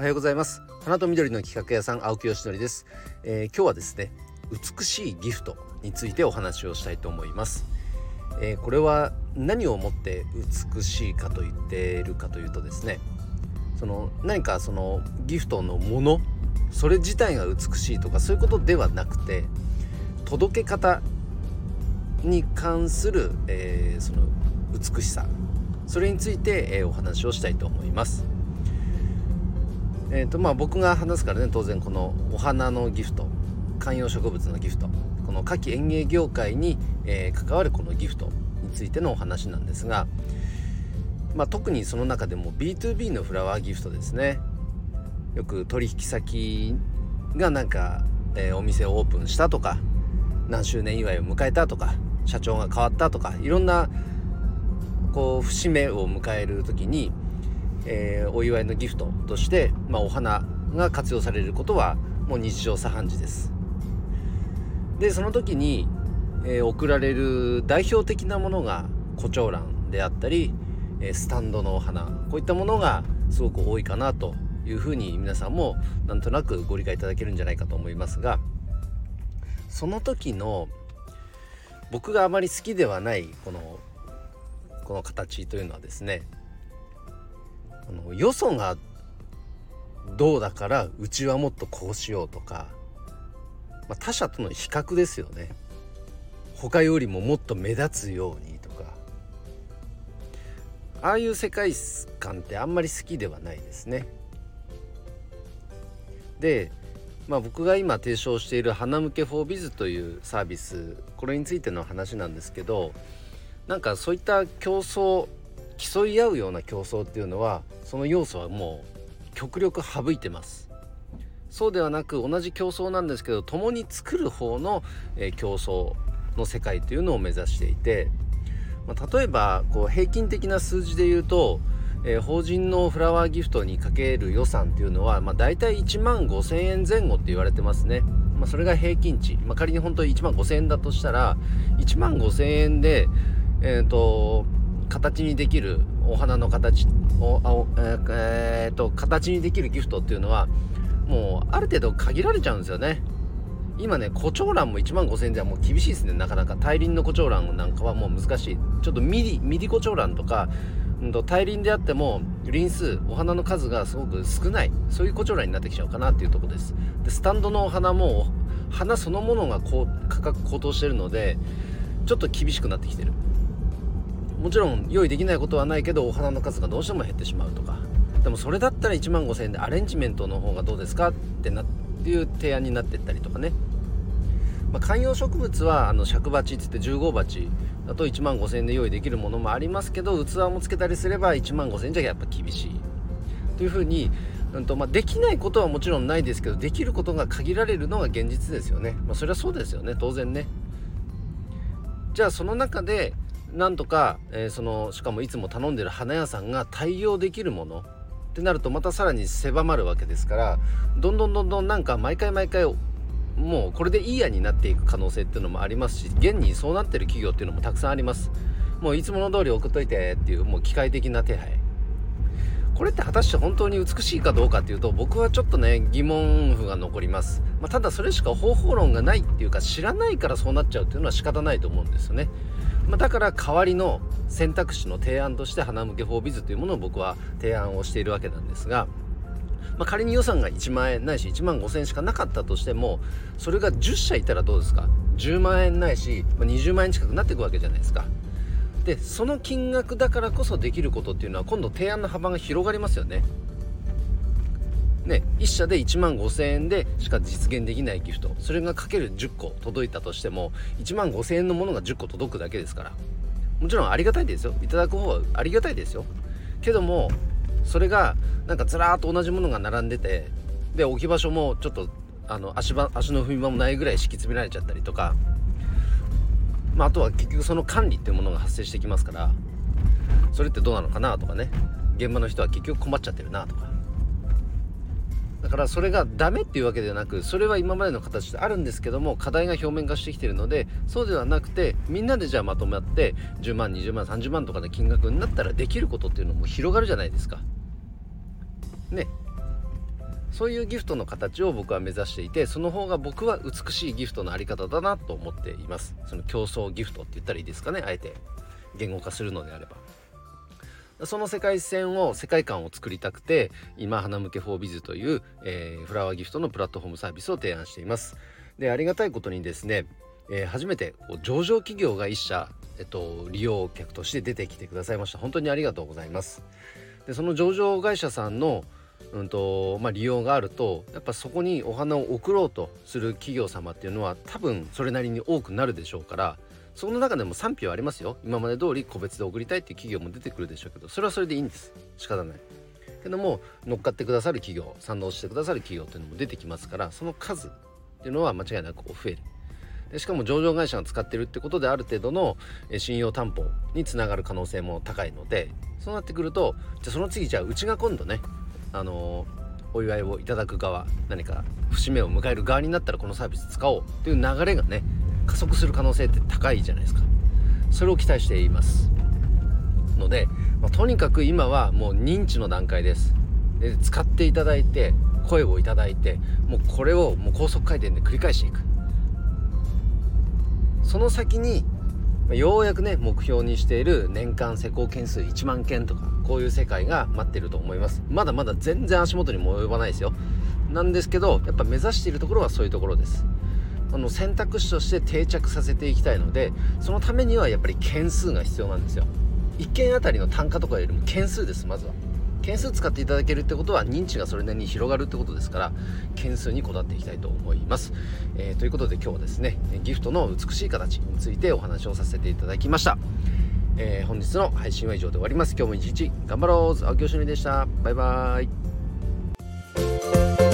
ようございます。花と緑の企画屋さん、青木よしのりです。今日はですね、美しいギフトについてお話をしたいと思います。これは何をもって美しいかと言っているかというとですね、何かギフトのもの、それ自体が美しいとかそういうことではなくて、届け方に関する、その美しさ、それについて、お話をしたいと思います。僕が話すからね、当然このお花のギフト、観葉植物のギフト、この花き園芸業界に、関わるこのギフトについてのお話なんですが、特にその中でも B2B のフラワーギフトですね。よく取引先がお店をオープンしたとか、何周年祝いを迎えたとか、社長が変わったとか、いろんな節目を迎える時に、お祝いのギフトとして、お花が活用されることはもう日常茶飯事です。でその時に、贈られる代表的なものが胡蝶蘭であったり、スタンドのお花、こういったものがすごく多いかなというふうに皆さんもなんとなくご理解いただけるんじゃないかと思いますが、その時の僕があまり好きではないこの形というのはですね、よそがどうだからうちはもっとこうしようとか、他者との比較ですよね。他よりももっと目立つようにとか、ああいう世界観ってあんまり好きではないですね。で、僕が今提唱している花向け 4biz というサービス、これについての話なんですけど、そういった競争、競い合うような競争っていうのは、その要素はもう極力省いてます。そうではなく、同じ競争なんですけど、共に作る方の、競争の世界というのを目指していて、例えば平均的な数字で言うと、法人のフラワーギフトにかける予算っていうのは、だいたい1万5,000円前後って言われてますね。それが平均値、仮に本当に1万5,000円だとしたら、1万5,000円で形にできるお花の形形にできるギフトっていうのはもうある程度限られちゃうんですよね。今ね、胡蝶蘭も1万5,000円ではもう厳しいですね。なかなか大輪の胡蝶蘭なんかはもう難しい。ちょっとミディ胡蝶蘭とか、大輪であっても輪数、お花の数がすごく少ない、そういう胡蝶蘭になってきちゃうかなっていうところです。でスタンドのお花も花そのものが価格高騰してるので、ちょっと厳しくなってきてる。もちろん用意できないことはないけど、お花の数がどうしても減ってしまうとか、でもそれだったら1万5,000円でアレンジメントの方がどうですかっていう提案になっていったりとかね。観葉植物は尺鉢って言って10号鉢だと1万5,000円で用意できるものもありますけど、器もつけたりすれば1万5,000円じゃやっぱ厳しいというふうに、できないことはもちろんないですけど、できることが限られるのが現実ですよね。それはそうですよね、当然ね。じゃあその中でなんとか、しかもいつも頼んでる花屋さんが対応できるものってなると、またさらに狭まるわけですから、どんどん毎回もうこれでいいやになっていく可能性っていうのもありますし、現にそうなってる企業っていうのもたくさんあります。もういつもの通り送っといてっていう、もう機械的な手配。これって果たして本当に美しいかどうかっていうと、僕はちょっとね、疑問符が残ります。ただそれしか方法論がないっていうか、知らないからそうなっちゃうっていうのは仕方ないと思うんですよね。だから代わりの選択肢の提案として花向け 4biz というものを僕は提案をしているわけなんですが、仮に予算が1万円ないし1万5,000円しかなかったとしても、それが10社いたらどうですか。10万円ないし、20万円近くなっていくわけじゃないですか。でその金額だからこそできることっていうのは、今度提案の幅が広がりますよね。1社で1万5,000円でしか実現できないギフト、それがかける10個届いたとしても、1万5,000円のものが10個届くだけですから、もちろんありがたいですよ。いただく方はありがたいですよ。けどもそれがずらーっと同じものが並んでて、で置き場所もちょっと足の踏み場もないぐらい敷き詰められちゃったりとか、あとは結局その管理っていうものが発生してきますから、それってどうなのかなとかね、現場の人は結局困っちゃってるなとか。だからそれがダメっていうわけではなく、それは今までの形であるんですけども、課題が表面化してきているので、そうではなくて、みんなでじゃあまとまって10万20万30万とかの金額になったら、できることっていうのも広がるじゃないですかね。 そういうギフトの形を僕は目指していて、その方が僕は美しいギフトのあり方だなと思っています。その競争ギフトって言ったらいいですかね、あえて言語化するのであれば。その世界観を作りたくて、今花向けフォービズという、フラワーギフトのプラットフォームサービスを提案しています。で、ありがたいことにですね、初めて上場企業が1社、利用客として出てきてくださいました。本当にありがとうございます。で、その上場会社さんの利用があると、やっぱそこにお花を送ろうとする企業様っていうのは多分それなりに多くなるでしょうから、その中でも賛否はありますよ。今まで通り個別で送りたいっていう企業も出てくるでしょうけど、それはそれでいいんです。仕方ないけども、乗っかってくださる企業、賛同してくださる企業っていうのも出てきますから、その数っていうのは間違いなく増える。でしかも上場会社が使ってるってことで、ある程度の信用担保につながる可能性も高いので、そうなってくると、じゃあその次、うちが今度ね、お祝いをいただく側、何か節目を迎える側になったらこのサービス使おうっていう流れがね、加速する可能性って高いじゃないですか。それを期待していますので、とにかく今はもう認知の段階です。で、使っていただいて、声をいただいて、もうこれをもう高速回転で繰り返していく。その先にようやくね、目標にしている年間施工件数1万件とか、こういう世界が待ってると思います。まだまだ全然足元にも及ばないですよ。なんですけど、やっぱ目指しているところはそういうところです。選択肢として定着させていきたいので、そのためにはやっぱり件数が必要なんですよ。1件あたりの単価とかよりも件数です。まずは件数使っていただけるってことは、認知がそれなりに広がるってことですから、件数にこだわっていきたいと思います。ということで今日はですね、ギフトの美しい形についてお話をさせていただきました。本日の配信は以上で終わります。今日も一日頑張ろう。青木よしのりでした。バイバイ。